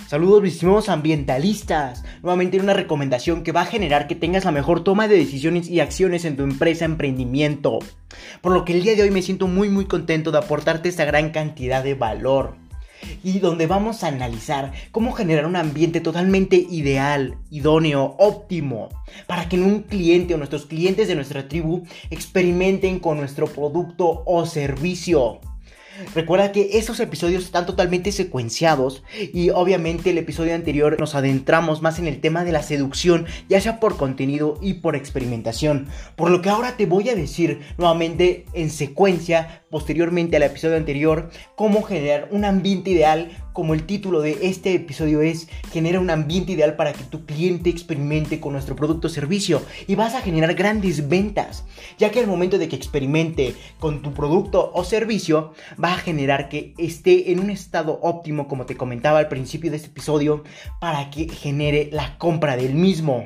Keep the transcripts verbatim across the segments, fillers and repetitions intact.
Saludos mis estimados ambientalistas, nuevamente una recomendación que va a generar que tengas la mejor toma de decisiones y acciones en tu empresa emprendimiento. Por lo que el día de hoy me siento muy muy contento de aportarte esta gran cantidad de valor. Y donde vamos a analizar cómo generar un ambiente totalmente ideal, idóneo, óptimo, para que un cliente o nuestros clientes de nuestra tribu experimenten con nuestro producto o servicio. Recuerda que estos episodios están totalmente secuenciados y obviamente el episodio anterior nos adentramos más en el tema de la seducción, ya sea por contenido y por experimentación. Por lo que ahora te voy a decir nuevamente en secuencia, posteriormente al episodio anterior, cómo generar un ambiente ideal, como el título de este episodio es: genera un ambiente ideal para que tu cliente experimente con nuestro producto o servicio, y vas a generar grandes ventas, ya que al momento de que experimente con tu producto o servicio va a generar que esté en un estado óptimo, como te comentaba al principio de este episodio, para que genere la compra del mismo.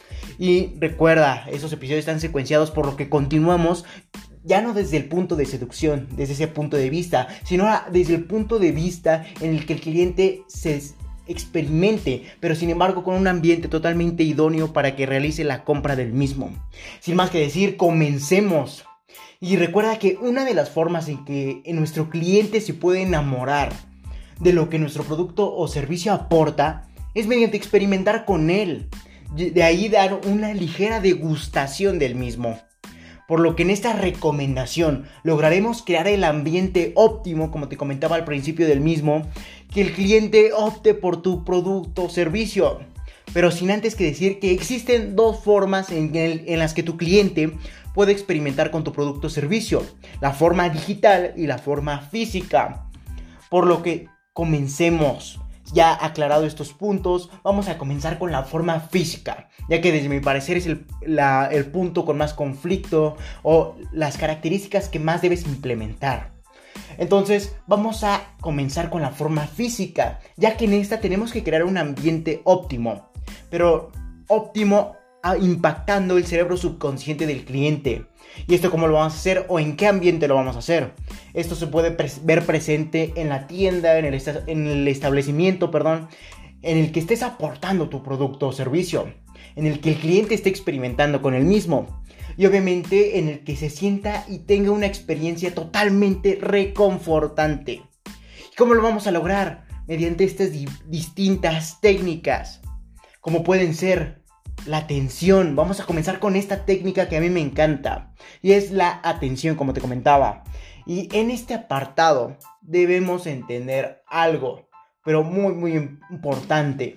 Y recuerda, esos episodios están secuenciados, por lo que continuamos ya no desde el punto de seducción, desde ese punto de vista, sino desde el punto de vista en el que el cliente se experimente, pero sin embargo con un ambiente totalmente idóneo para que realice la compra del mismo. Sin más que decir, comencemos. Y recuerda que una de las formas en que nuestro cliente se puede enamorar de lo que nuestro producto o servicio aporta es mediante experimentar con él. De ahí dar una ligera degustación del mismo. Por lo que en esta recomendación lograremos crear el ambiente óptimo, como te comentaba al principio del mismo, que el cliente opte por tu producto o servicio. Pero sin antes que decir que existen dos formas en, el, en las que tu cliente puede experimentar con tu producto o servicio: la forma digital y la forma física. Por lo que comencemos. Ya aclarado estos puntos, vamos a comenzar con la forma física, ya que desde mi parecer es el, la, el punto con más conflicto o las características que más debes implementar. Entonces vamos a comenzar con la forma física, ya que en esta tenemos que crear un ambiente óptimo, pero óptimo a, impactando el cerebro subconsciente del cliente. ¿Y esto cómo lo vamos a hacer o en qué ambiente lo vamos a hacer? Esto se puede pre- ver presente en la tienda, en el, esta- en el establecimiento, perdón, en el que estés aportando tu producto o servicio, en el que el cliente esté experimentando con el mismo y obviamente en el que se sienta y tenga una experiencia totalmente reconfortante. ¿Y cómo lo vamos a lograr? Mediante estas di- distintas técnicas, como pueden ser la atención. Vamos a comenzar con esta técnica que a mí me encanta, y es la atención, como te comentaba. Y en este apartado debemos entender algo, pero muy muy importante: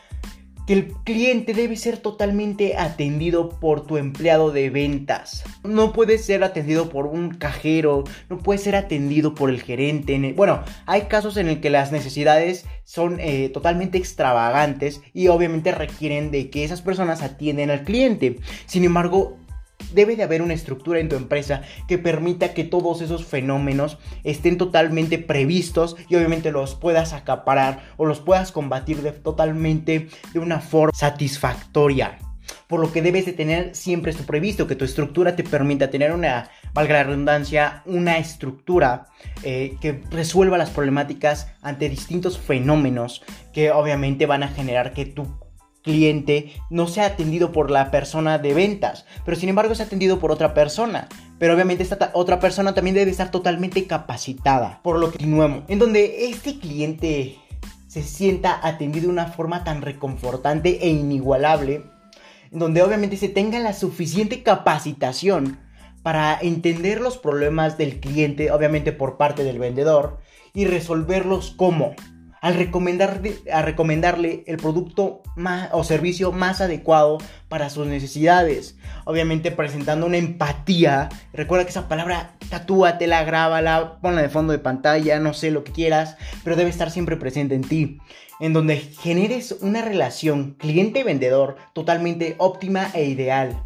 que el cliente debe ser totalmente atendido por tu empleado de ventas. No puede ser atendido por un cajero, no puede ser atendido por el gerente. Bueno, hay casos en el que las necesidades son eh, totalmente extravagantes y obviamente requieren de que esas personas atiendan al cliente. Sin embargo, debe de haber una estructura en tu empresa que permita que todos esos fenómenos estén totalmente previstos y obviamente los puedas acaparar o los puedas combatir de, totalmente de una forma satisfactoria. Por lo que debes de tener siempre esto previsto, que tu estructura te permita tener una, valga la redundancia, una estructura eh, que resuelva las problemáticas ante distintos fenómenos que obviamente van a generar que tu cliente no sea atendido por la persona de ventas, pero sin embargo es atendido por otra persona. Pero obviamente esta ta- otra persona también debe estar totalmente capacitada. Por lo que continuemos, en donde este cliente se sienta atendido de una forma tan reconfortante e inigualable, en donde obviamente se tenga la suficiente capacitación para entender los problemas del cliente, obviamente por parte del vendedor, y resolverlos como al recomendarle, a recomendarle el producto más, o servicio más adecuado para sus necesidades. Obviamente presentando una empatía. Recuerda que esa palabra tatúatela, grábala, ponla de fondo de pantalla, no sé, lo que quieras, pero debe estar siempre presente en ti. En donde generes una relación cliente-vendedor totalmente óptima e ideal.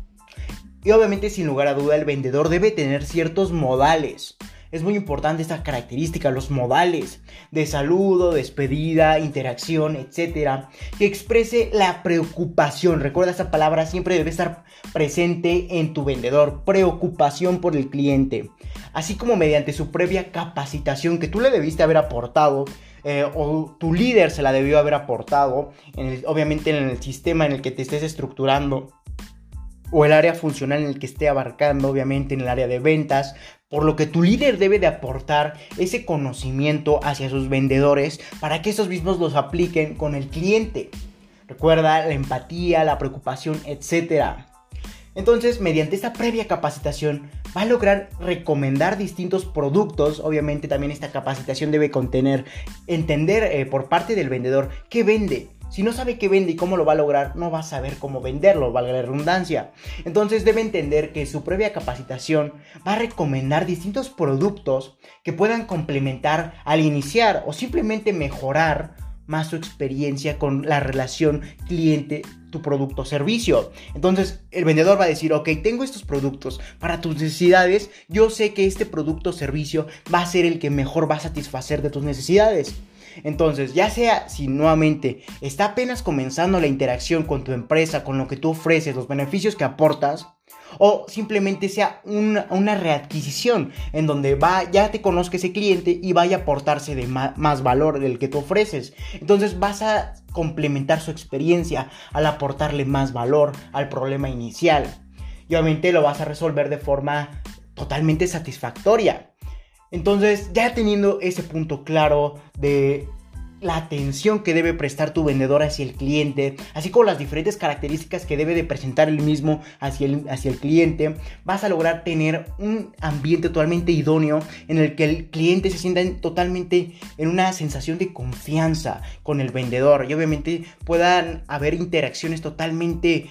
Y obviamente, sin lugar a duda, el vendedor debe tener ciertos modales. Es muy importante esta característica, los modales de saludo, despedida, interacción, etcétera, que exprese la preocupación. Recuerda, esta palabra siempre debe estar presente en tu vendedor: preocupación por el cliente, así como mediante su previa capacitación que tú le debiste haber aportado eh, o tu líder se la debió haber aportado, en el, obviamente en el sistema en el que te estés estructurando, o el área funcional en el que esté abarcando, obviamente en el área de ventas, por lo que tu líder debe de aportar ese conocimiento hacia sus vendedores para que esos mismos los apliquen con el cliente. Recuerda la empatía, la preocupación, etcétera. Entonces, mediante esta previa capacitación, va a lograr recomendar distintos productos. Obviamente también esta capacitación debe contener, entender eh, por parte del vendedor qué vende. Si no sabe qué vende y cómo lo va a lograr, no va a saber cómo venderlo, valga la redundancia. Entonces debe entender que su previa capacitación va a recomendar distintos productos que puedan complementar al iniciar o simplemente mejorar más su experiencia con la relación cliente, tu producto o servicio. Entonces el vendedor va a decir, ok, tengo estos productos para tus necesidades, yo sé que este producto o servicio va a ser el que mejor va a satisfacer de tus necesidades. Entonces, ya sea si nuevamente está apenas comenzando la interacción con tu empresa, con lo que tú ofreces, los beneficios que aportas, o simplemente sea una, una readquisición en donde va, ya te conozca ese cliente y vaya a aportarse de ma- más valor del que tú ofreces. Entonces vas a complementar su experiencia al aportarle más valor al problema inicial. Y obviamente lo vas a resolver de forma totalmente satisfactoria. Entonces, ya teniendo ese punto claro de la atención que debe prestar tu vendedor hacia el cliente, así como las diferentes características que debe de presentar el mismo hacia el, hacia el cliente, vas a lograr tener un ambiente totalmente idóneo en el que el cliente se sienta totalmente en una sensación de confianza con el vendedor y obviamente puedan haber interacciones totalmente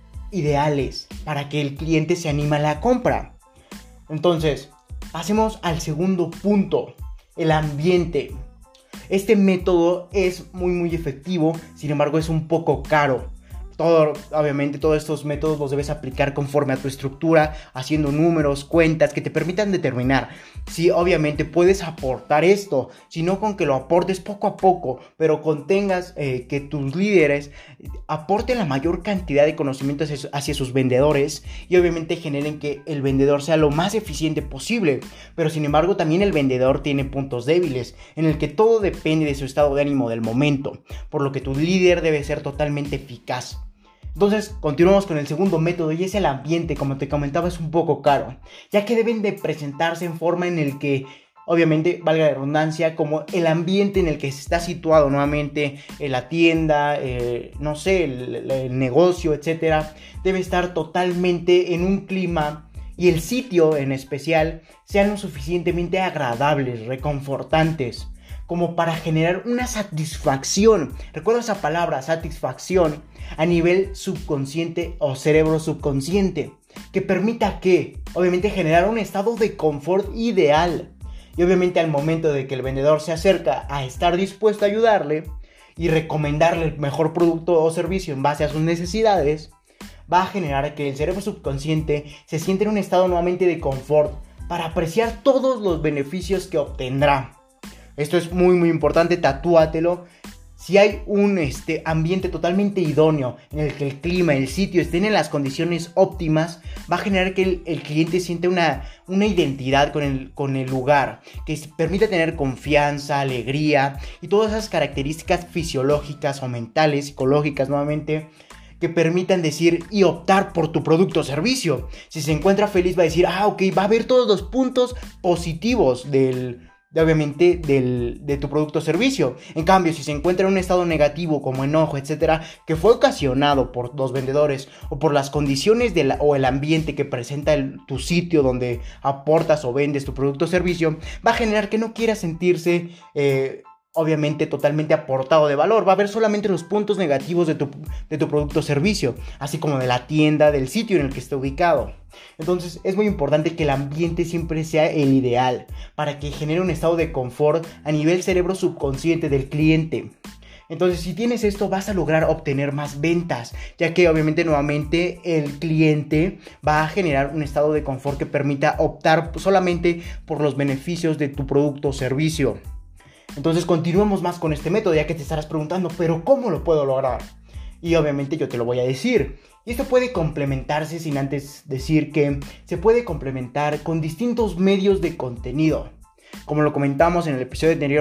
ideales para que el cliente se anime a la compra. Entonces, pasemos al segundo punto, el ambiente. Este método es muy muy efectivo, sin embargo es un poco caro. Todo, obviamente todos estos métodos los debes aplicar conforme a tu estructura, haciendo números, cuentas que te permitan determinar si obviamente puedes aportar esto, sino con que lo aportes poco a poco, pero contengas eh, que tus líderes aporten la mayor cantidad de conocimientos hacia, hacia sus vendedores y obviamente generen que el vendedor sea lo más eficiente posible. Pero sin embargo también el vendedor tiene puntos débiles en el que todo depende de su estado de ánimo del momento, por lo que tu líder debe ser totalmente eficaz. Entonces continuamos con el segundo método y es el ambiente. Como te comentaba, es un poco caro, ya que deben de presentarse en forma en el que, obviamente, valga la redundancia, como el ambiente en el que se está situado nuevamente eh, la tienda, eh, no sé, el, el negocio, etcétera, debe estar totalmente en un clima y el sitio en especial sean lo suficientemente agradables, reconfortantes, como para generar una satisfacción. Recuerda esa palabra, satisfacción, a nivel subconsciente o cerebro subconsciente, que permita que, obviamente, generar un estado de confort ideal. Y obviamente al momento de que el vendedor se acerca a estar dispuesto a ayudarle y recomendarle el mejor producto o servicio en base a sus necesidades, va a generar que el cerebro subconsciente se sienta en un estado nuevamente de confort para apreciar todos los beneficios que obtendrá. Esto es muy muy importante, tatúatelo. Si hay un este, ambiente totalmente idóneo en el que el clima, el sitio estén en las condiciones óptimas, va a generar que el, el cliente sienta una, una identidad con el, con el lugar, que permita tener confianza, alegría y todas esas características fisiológicas o mentales, psicológicas nuevamente, que permitan decir y optar por tu producto o servicio. Si se encuentra feliz va a decir, ah, ok, va a ver todos los puntos positivos del... De, obviamente del, de tu producto o servicio. En cambio, si se encuentra en un estado negativo como enojo, etcétera, que fue ocasionado por los vendedores o por las condiciones de la, o el ambiente que presenta el, tu sitio donde aportas o vendes tu producto o servicio, va a generar que no quiera sentirse eh, obviamente totalmente aportado de valor. Va a ver solamente los puntos negativos de tu, de tu producto o servicio, así como de la tienda, del sitio en el que esté ubicado. Entonces es muy importante que el ambiente siempre sea el ideal para que genere un estado de confort a nivel cerebro subconsciente del cliente. Entonces, si tienes esto, vas a lograr obtener más ventas, ya que obviamente nuevamente el cliente va a generar un estado de confort que permita optar solamente por los beneficios de tu producto o servicio. Entonces continuemos más con este método, ya que te estarás preguntando, ¿pero cómo lo puedo lograr? Y obviamente yo te lo voy a decir. Y esto puede complementarse sin antes decir que se puede complementar con distintos medios de contenido. Como lo comentamos en el episodio anterior,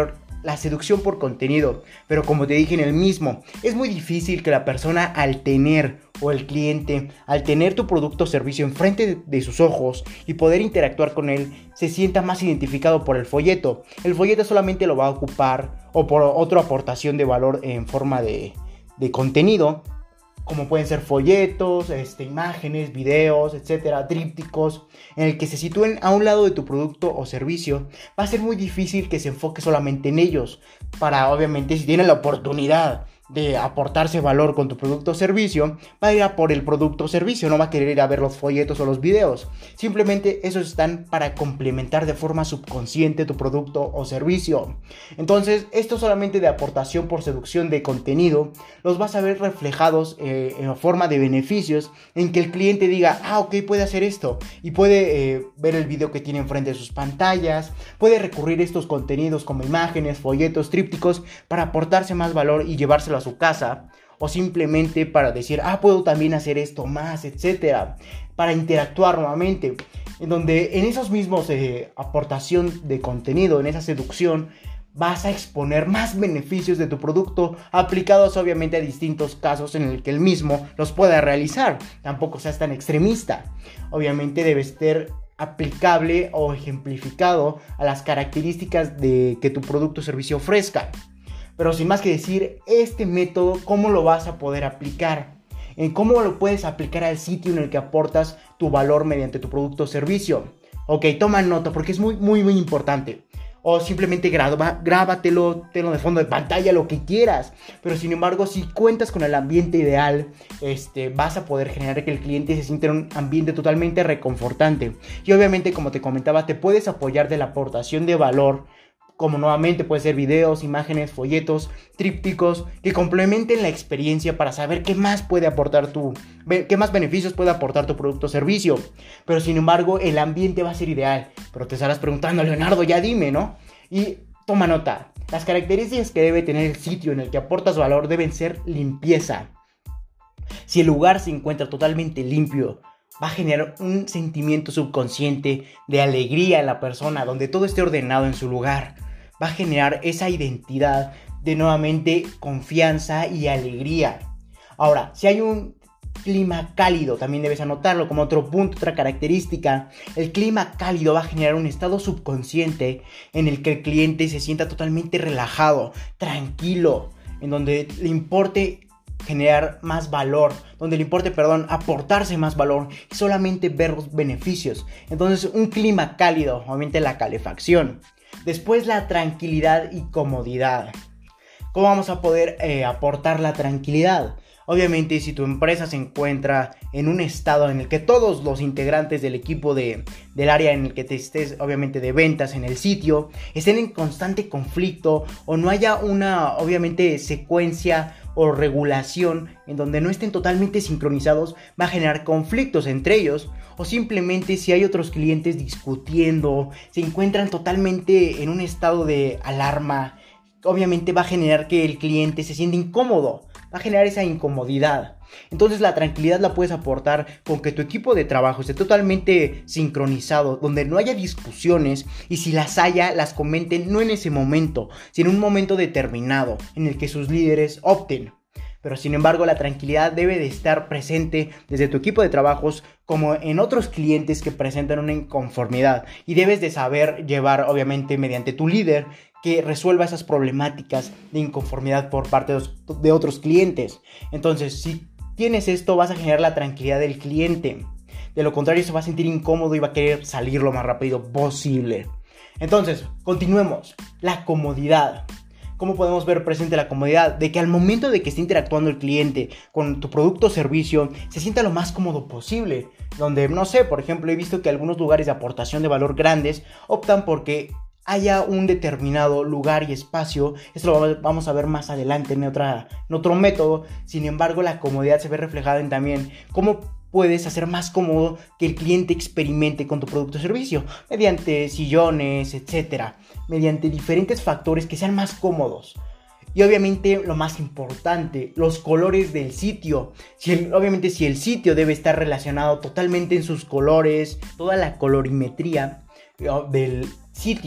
la seducción por contenido, pero como te dije en el mismo, es muy difícil que la persona al tener o el cliente, al tener tu producto o servicio enfrente de, de sus ojos y poder interactuar con él, se sienta más identificado por el folleto. El folleto solamente lo va a ocupar o por otra aportación de valor en forma de, de contenido, como pueden ser folletos, este, imágenes, videos, etcétera, trípticos, en el que se sitúen a un lado de tu producto o servicio. Va a ser muy difícil que se enfoque solamente en ellos, para obviamente si tiene la oportunidad de aportarse valor con tu producto o servicio, va a ir a por el producto o servicio, no va a querer ir a ver los folletos o los videos. Simplemente esos están para complementar de forma subconsciente tu producto o servicio. Entonces, esto solamente de aportación por seducción de contenido, los vas a ver reflejados eh, en forma de beneficios, en que el cliente diga, ah, ok, puede hacer esto, y puede eh, ver el video que tiene enfrente de sus pantallas, puede recurrir a estos contenidos como imágenes, folletos, trípticos, para aportarse más valor y llevárselo a su casa, o simplemente para decir, ah, puedo también hacer esto más, etcétera, para interactuar nuevamente, en donde en esos mismos eh, aportación de contenido, en esa seducción, vas a exponer más beneficios de tu producto, aplicados obviamente a distintos casos en el que el mismo los pueda realizar. Tampoco seas tan extremista, obviamente debe ser aplicable o ejemplificado a las características de que tu producto o servicio ofrezca. Pero sin más que decir, este método, ¿cómo lo vas a poder aplicar? ¿En cómo lo puedes aplicar al sitio en el que aportas tu valor mediante tu producto o servicio? Ok, toma nota porque es muy, muy, muy importante. O simplemente graba, grábatelo, tenlo de fondo de pantalla, lo que quieras. Pero sin embargo, si cuentas con el ambiente ideal, este, vas a poder generar que el cliente se sienta en un ambiente totalmente reconfortante. Y obviamente, como te comentaba, te puedes apoyar de la aportación de valor, como nuevamente puede ser videos, imágenes, folletos, trípticos, que complementen la experiencia para saber qué más puede aportar tu, qué más beneficios puede aportar tu producto o servicio. Pero sin embargo, el ambiente va a ser ideal. Pero te estarás preguntando, Leonardo, ya dime, ¿no? Y toma nota, las características que debe tener el sitio en el que aportas valor deben ser limpieza. Si el lugar se encuentra totalmente limpio, va a generar un sentimiento subconsciente de alegría en la persona, donde todo esté ordenado en su lugar. Va a generar esa identidad de nuevamente confianza y alegría. Ahora, si hay un clima cálido, también debes anotarlo como otro punto, otra característica. El clima cálido va a generar un estado subconsciente en el que el cliente se sienta totalmente relajado, tranquilo, en donde le importe generar más valor, donde le importe, perdón, aportarse más valor y solamente ver los beneficios. Entonces, un clima cálido, obviamente la calefacción. Después, la tranquilidad y comodidad. ¿Cómo vamos a poder eh, aportar la tranquilidad? Obviamente, si tu empresa se encuentra en un estado en el que todos los integrantes del equipo de, del área en el que te estés, obviamente de ventas en el sitio, estén en constante conflicto o no haya una, obviamente, secuencia o regulación en donde no estén totalmente sincronizados, va a generar conflictos entre ellos. O simplemente si hay otros clientes discutiendo, se encuentran totalmente en un estado de alarma, obviamente va a generar que el cliente se sienta incómodo, va a generar esa incomodidad. Entonces la tranquilidad la puedes aportar con que tu equipo de trabajo esté totalmente sincronizado, donde no haya discusiones, y si las haya, las comenten no en ese momento, sino en un momento determinado en el que sus líderes opten. Pero sin embargo, la tranquilidad debe de estar presente desde tu equipo de trabajos como en otros clientes que presentan una inconformidad, y debes de saber llevar, obviamente mediante tu líder, que resuelva esas problemáticas de inconformidad por parte de otros clientes. Entonces, si tienes esto, vas a generar la tranquilidad del cliente. De lo contrario, se va a sentir incómodo y va a querer salir lo más rápido posible. Entonces, continuemos. La comodidad. ¿Cómo podemos ver presente la comodidad? De que al momento de que esté interactuando el cliente con tu producto o servicio, se sienta lo más cómodo posible. Donde, no sé, por ejemplo, he visto que algunos lugares de aportación de valor grandes optan porque haya un determinado lugar y espacio. Esto lo vamos a ver más adelante en, otra, en otro método. Sin embargo, la comodidad se ve reflejada en también cómo puedes hacer más cómodo que el cliente experimente con tu producto o servicio, mediante sillones, etcétera, mediante diferentes factores que sean más cómodos. Y obviamente lo más importante, los colores del sitio. Si el, obviamente si el sitio debe estar relacionado totalmente en sus colores, toda la colorimetría del sitio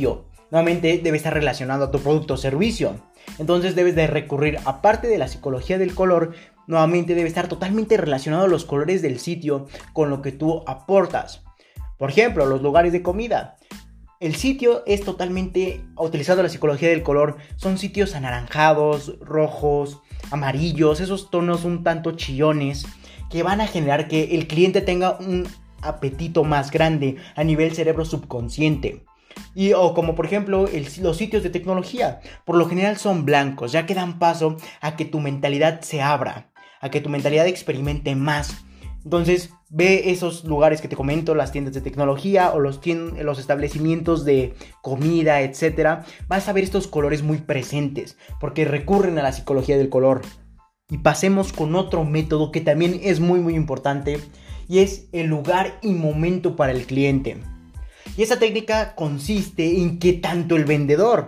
nuevamente debe estar relacionado a tu producto o servicio. Entonces debes de recurrir, aparte de la psicología del color, nuevamente debe estar totalmente relacionado a los colores del sitio con lo que tú aportas. Por ejemplo, los lugares de comida. El sitio es totalmente utilizado la psicología del color. Son sitios anaranjados, rojos, amarillos, esos tonos un tanto chillones que van a generar que el cliente tenga un apetito más grande a nivel cerebro subconsciente. Y o como por ejemplo el, los sitios de tecnología, por lo general son blancos, ya que dan paso a que tu mentalidad se abra, a que tu mentalidad experimente más. Entonces ve esos lugares que te comento, las tiendas de tecnología o los, tien- los establecimientos de comida, etcétera. Vas a ver estos colores muy presentes porque recurren a la psicología del color. Y pasemos con otro método que también es muy muy importante, y es el lugar y momento para el cliente. Y esa técnica consiste en que tanto el vendedor,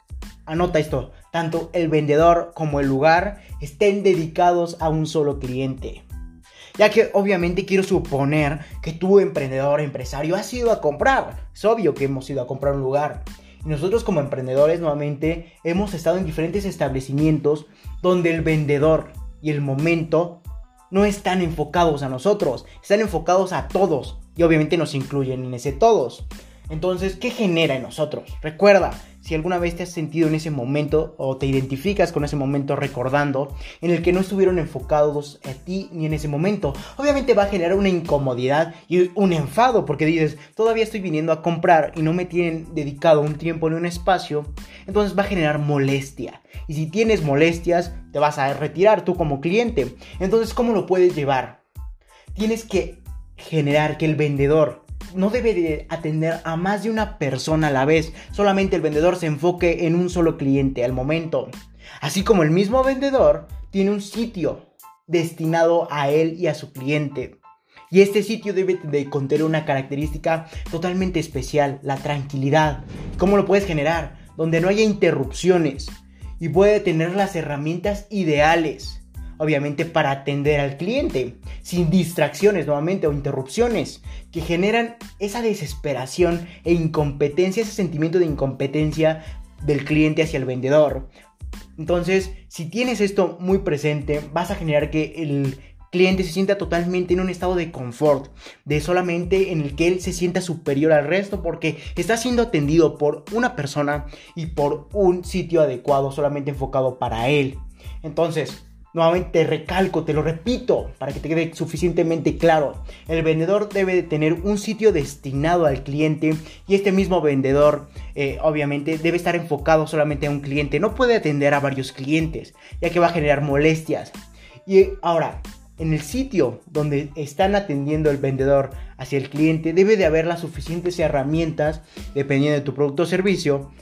anota esto, tanto el vendedor como el lugar estén dedicados a un solo cliente. Ya que obviamente quiero suponer que tú, emprendedor, empresario, has ido a comprar. Es obvio que hemos ido a comprar un lugar. Y nosotros como emprendedores nuevamente hemos estado en diferentes establecimientos donde el vendedor y el momento no están enfocados a nosotros, están enfocados a todos. Y obviamente nos incluyen en ese todos. Entonces, ¿qué genera en nosotros? Recuerda, si alguna vez te has sentido en ese momento o te identificas con ese momento recordando en el que no estuvieron enfocados a ti ni en ese momento, obviamente va a generar una incomodidad y un enfado porque dices, todavía estoy viniendo a comprar y no me tienen dedicado un tiempo ni un espacio. Entonces va a generar molestia. Y si tienes molestias, te vas a retirar tú como cliente. Entonces, ¿cómo lo puedes llevar? Tienes que generar que el vendedor no debe de atender a más de una persona a la vez. Solamente el vendedor se enfoque en un solo cliente al momento. Así como el mismo vendedor tiene un sitio destinado a él y a su cliente. Y este sitio debe de contener una característica totalmente especial, la tranquilidad. ¿Cómo lo puedes generar? Donde no haya interrupciones y puede tener las herramientas ideales. Obviamente para atender al cliente, sin distracciones nuevamente o interrupciones que generan esa desesperación e incompetencia, ese sentimiento de incompetencia del cliente hacia el vendedor. Entonces, si tienes esto muy presente, vas a generar que el cliente se sienta totalmente en un estado de confort, de solamente en el que él se sienta superior al resto porque está siendo atendido por una persona y por un sitio adecuado solamente enfocado para él. Entonces, nuevamente te recalco, te lo repito, para que te quede suficientemente claro. El vendedor debe de tener un sitio destinado al cliente y este mismo vendedor, eh, obviamente, debe estar enfocado solamente a un cliente. No puede atender a varios clientes, ya que va a generar molestias. Y ahora, en el sitio donde están atendiendo el vendedor hacia el cliente, debe de haber las suficientes herramientas, dependiendo de tu producto o servicio,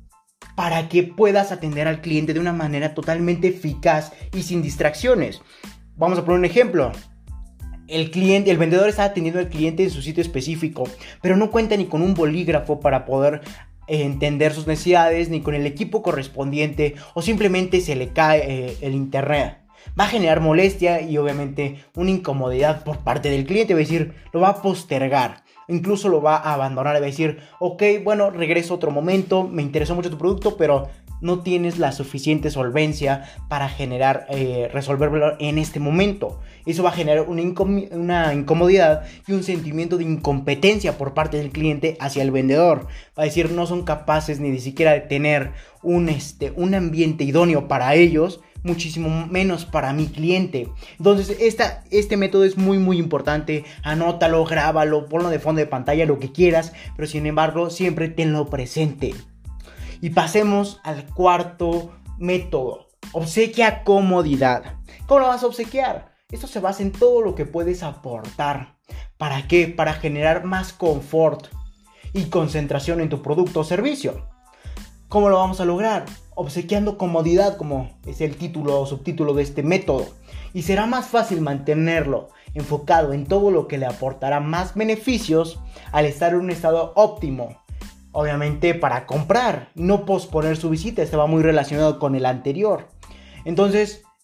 para que puedas atender al cliente de una manera totalmente eficaz y sin distracciones. Vamos a poner un ejemplo. El cliente, el vendedor está atendiendo al cliente en su sitio específico, pero no cuenta ni con un bolígrafo para poder eh, entender sus necesidades, ni con el equipo correspondiente, o simplemente se le cae eh, el internet. Va a generar molestia y obviamente una incomodidad por parte del cliente. Va a decir, lo va a postergar. Incluso lo va a abandonar y va a decir, ok, bueno, regreso otro momento, me interesó mucho tu producto, pero no tienes la suficiente solvencia para generar, eh, resolverlo en este momento. Eso va a generar una, incom- una incomodidad y un sentimiento de incompetencia por parte del cliente hacia el vendedor. Va a decir, no son capaces ni de siquiera de tener un, este, un ambiente idóneo para ellos, muchísimo menos para mi cliente. Entonces esta, este método es muy muy importante. Anótalo, grábalo, ponlo de fondo de pantalla, lo que quieras, pero sin embargo siempre tenlo presente. Y pasemos al cuarto método: obsequia comodidad. ¿Cómo lo vas a obsequiar? Esto se basa en todo lo que puedes aportar. ¿Para qué? Para generar más confort y concentración en tu producto o servicio. ¿Cómo lo vamos a lograr? Obsequiando comodidad, como es el título o subtítulo de este método. Y será más fácil mantenerlo enfocado en todo lo que le aportará más beneficios al estar en un estado óptimo. Obviamente para comprar y no posponer su visita. Este va muy relacionado con el anterior. Entonces,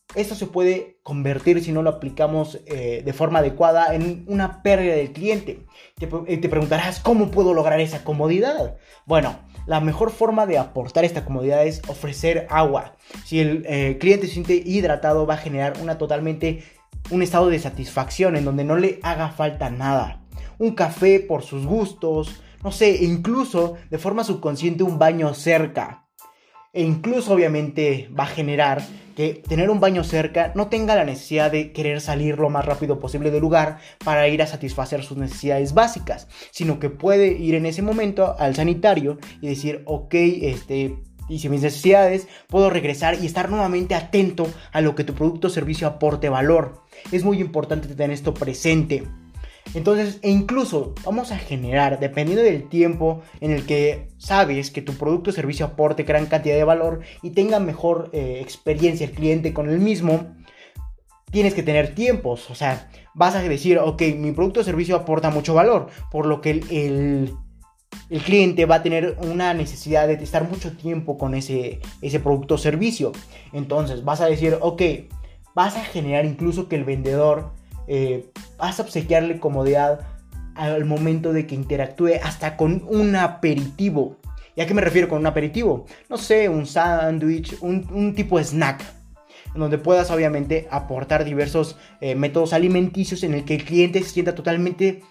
esto se puede convertir, si no lo aplicamos eh, de forma adecuada, en una pérdida del cliente. Te, te preguntarás, ¿cómo puedo lograr esa comodidad? Bueno, la mejor forma de aportar esta comodidad es ofrecer agua. Si el eh, cliente se siente hidratado, va a generar una totalmente un estado de satisfacción en donde no le haga falta nada. Un café por sus gustos, no sé, incluso de forma subconsciente un baño cerca. E incluso obviamente va a generar que tener un baño cerca no tenga la necesidad de querer salir lo más rápido posible del lugar para ir a satisfacer sus necesidades básicas, sino que puede ir en ese momento al sanitario y decir, ok, este, hice mis necesidades, puedo regresar y estar nuevamente atento a lo que tu producto o servicio aporte valor. Es muy importante tener esto presente. Entonces, e incluso vamos a generar, dependiendo del tiempo en el que sabes que tu producto o servicio aporte gran cantidad de valor y tenga mejor eh, experiencia el cliente con el mismo, tienes que tener tiempos. O sea, vas a decir, ok, mi producto o servicio aporta mucho valor, por lo que el, el, el cliente va a tener una necesidad de estar mucho tiempo con ese, ese producto o servicio. Entonces, vas a decir, ok, vas a generar incluso que el vendedor... Eh, vas a obsequiarle comodidad al momento de que interactúe hasta con un aperitivo. ¿Y a qué me refiero con un aperitivo? No sé, un sándwich, un, un tipo de snack, en donde puedas obviamente aportar diversos eh, métodos alimenticios en el que el cliente se sienta totalmente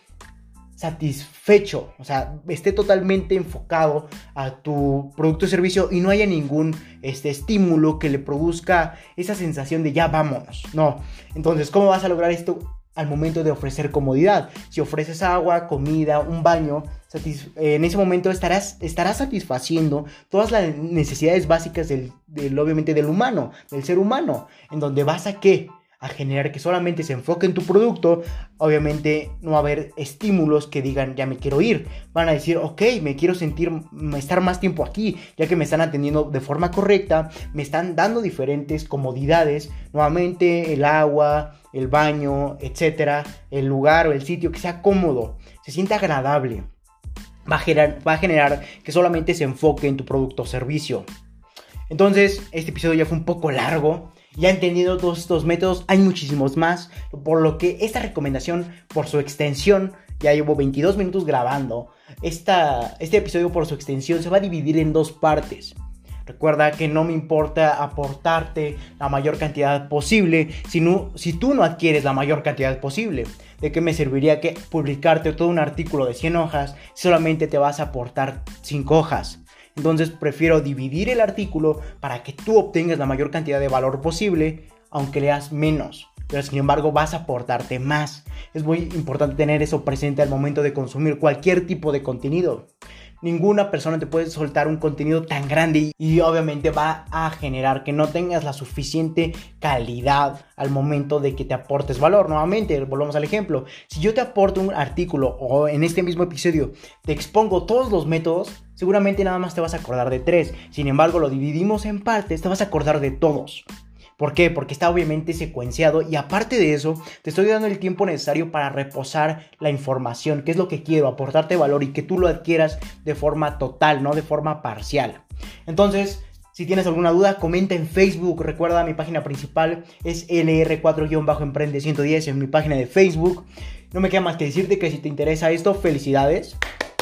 satisfecho, o sea, esté totalmente enfocado a tu producto o servicio y no haya ningún este, estímulo que le produzca esa sensación de ya vámonos. No, entonces, ¿cómo vas a lograr esto al momento de ofrecer comodidad? Si ofreces agua, comida, un baño, satis- en ese momento estarás, estarás satisfaciendo todas las necesidades básicas del, del, obviamente, del humano, del ser humano, en donde vas a ¿qué? A generar que solamente se enfoque en tu producto. Obviamente no va a haber estímulos que digan ya me quiero ir. Van a decir, ok, me quiero sentir, estar más tiempo aquí, ya que me están atendiendo de forma correcta, me están dando diferentes comodidades, nuevamente el agua, el baño, etcétera, el lugar o el sitio que sea cómodo, se sienta agradable. Va a generar, va a generar que solamente se enfoque en tu producto o servicio. Entonces, este episodio ya fue un poco largo. Ya entendiendo todos estos métodos, hay muchísimos más, por lo que esta recomendación, por su extensión, ya llevo veintidós minutos grabando. Esta, este episodio, por su extensión, se va a dividir en dos partes. Recuerda que no me importa aportarte la mayor cantidad posible si, no, si tú no adquieres la mayor cantidad posible. ¿De qué me serviría que publicarte todo un artículo de cien hojas si solamente te vas a aportar cinco hojas? Entonces prefiero dividir el artículo para que tú obtengas la mayor cantidad de valor posible, aunque leas menos. Pero sin embargo vas a aportarte más. Es muy importante tener eso presente al momento de consumir cualquier tipo de contenido. Ninguna persona te puede soltar un contenido tan grande y, y obviamente va a generar que no tengas la suficiente calidad al momento de que te aportes valor. Nuevamente, volvamos al ejemplo. Si yo te aporto un artículo o en este mismo episodio te expongo todos los métodos, seguramente nada más te vas a acordar de tres. Sin embargo, lo dividimos en partes, te vas a acordar de todos. ¿Por qué? Porque está obviamente secuenciado y aparte de eso, te estoy dando el tiempo necesario para reposar la información, que es lo que quiero, aportarte valor y que tú lo adquieras de forma total, no de forma parcial. Entonces, si tienes alguna duda, comenta en Facebook. Recuerda, mi página principal es L R cuatro Emprende ciento diez en mi página de Facebook. No me queda más que decirte que si te interesa esto, felicidades.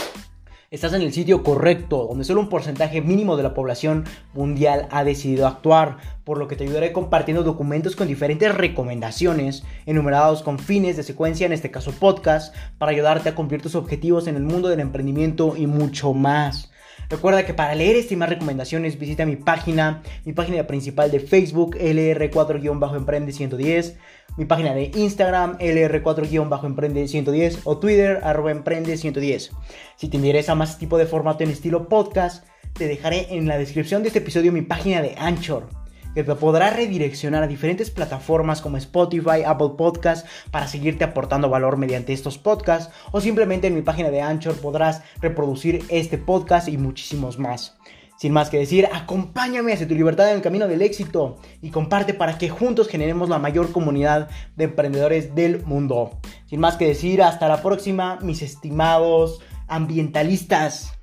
Estás en el sitio correcto, donde solo un porcentaje mínimo de la población mundial ha decidido actuar, por lo que te ayudaré compartiendo documentos con diferentes recomendaciones, enumerados con fines de secuencia, en este caso podcast, para ayudarte a cumplir tus objetivos en el mundo del emprendimiento y mucho más. Recuerda que para leer este y más recomendaciones visita mi página, mi página principal de Facebook, L R cuatro Emprende ciento diez, mi página de Instagram, L R cuatro Emprende ciento diez o Twitter, arroba Emprende ciento diez. Si te interesa más este tipo de formato en estilo podcast, te dejaré en la descripción de este episodio mi página de Anchor, que te podrá redireccionar a diferentes plataformas como Spotify, Apple Podcasts, para seguirte aportando valor mediante estos podcasts, o simplemente en mi página de Anchor podrás reproducir este podcast y muchísimos más. Sin más que decir, acompáñame hacia tu libertad en el camino del éxito y comparte para que juntos generemos la mayor comunidad de emprendedores del mundo. Sin más que decir, hasta la próxima, mis estimados ambientalistas.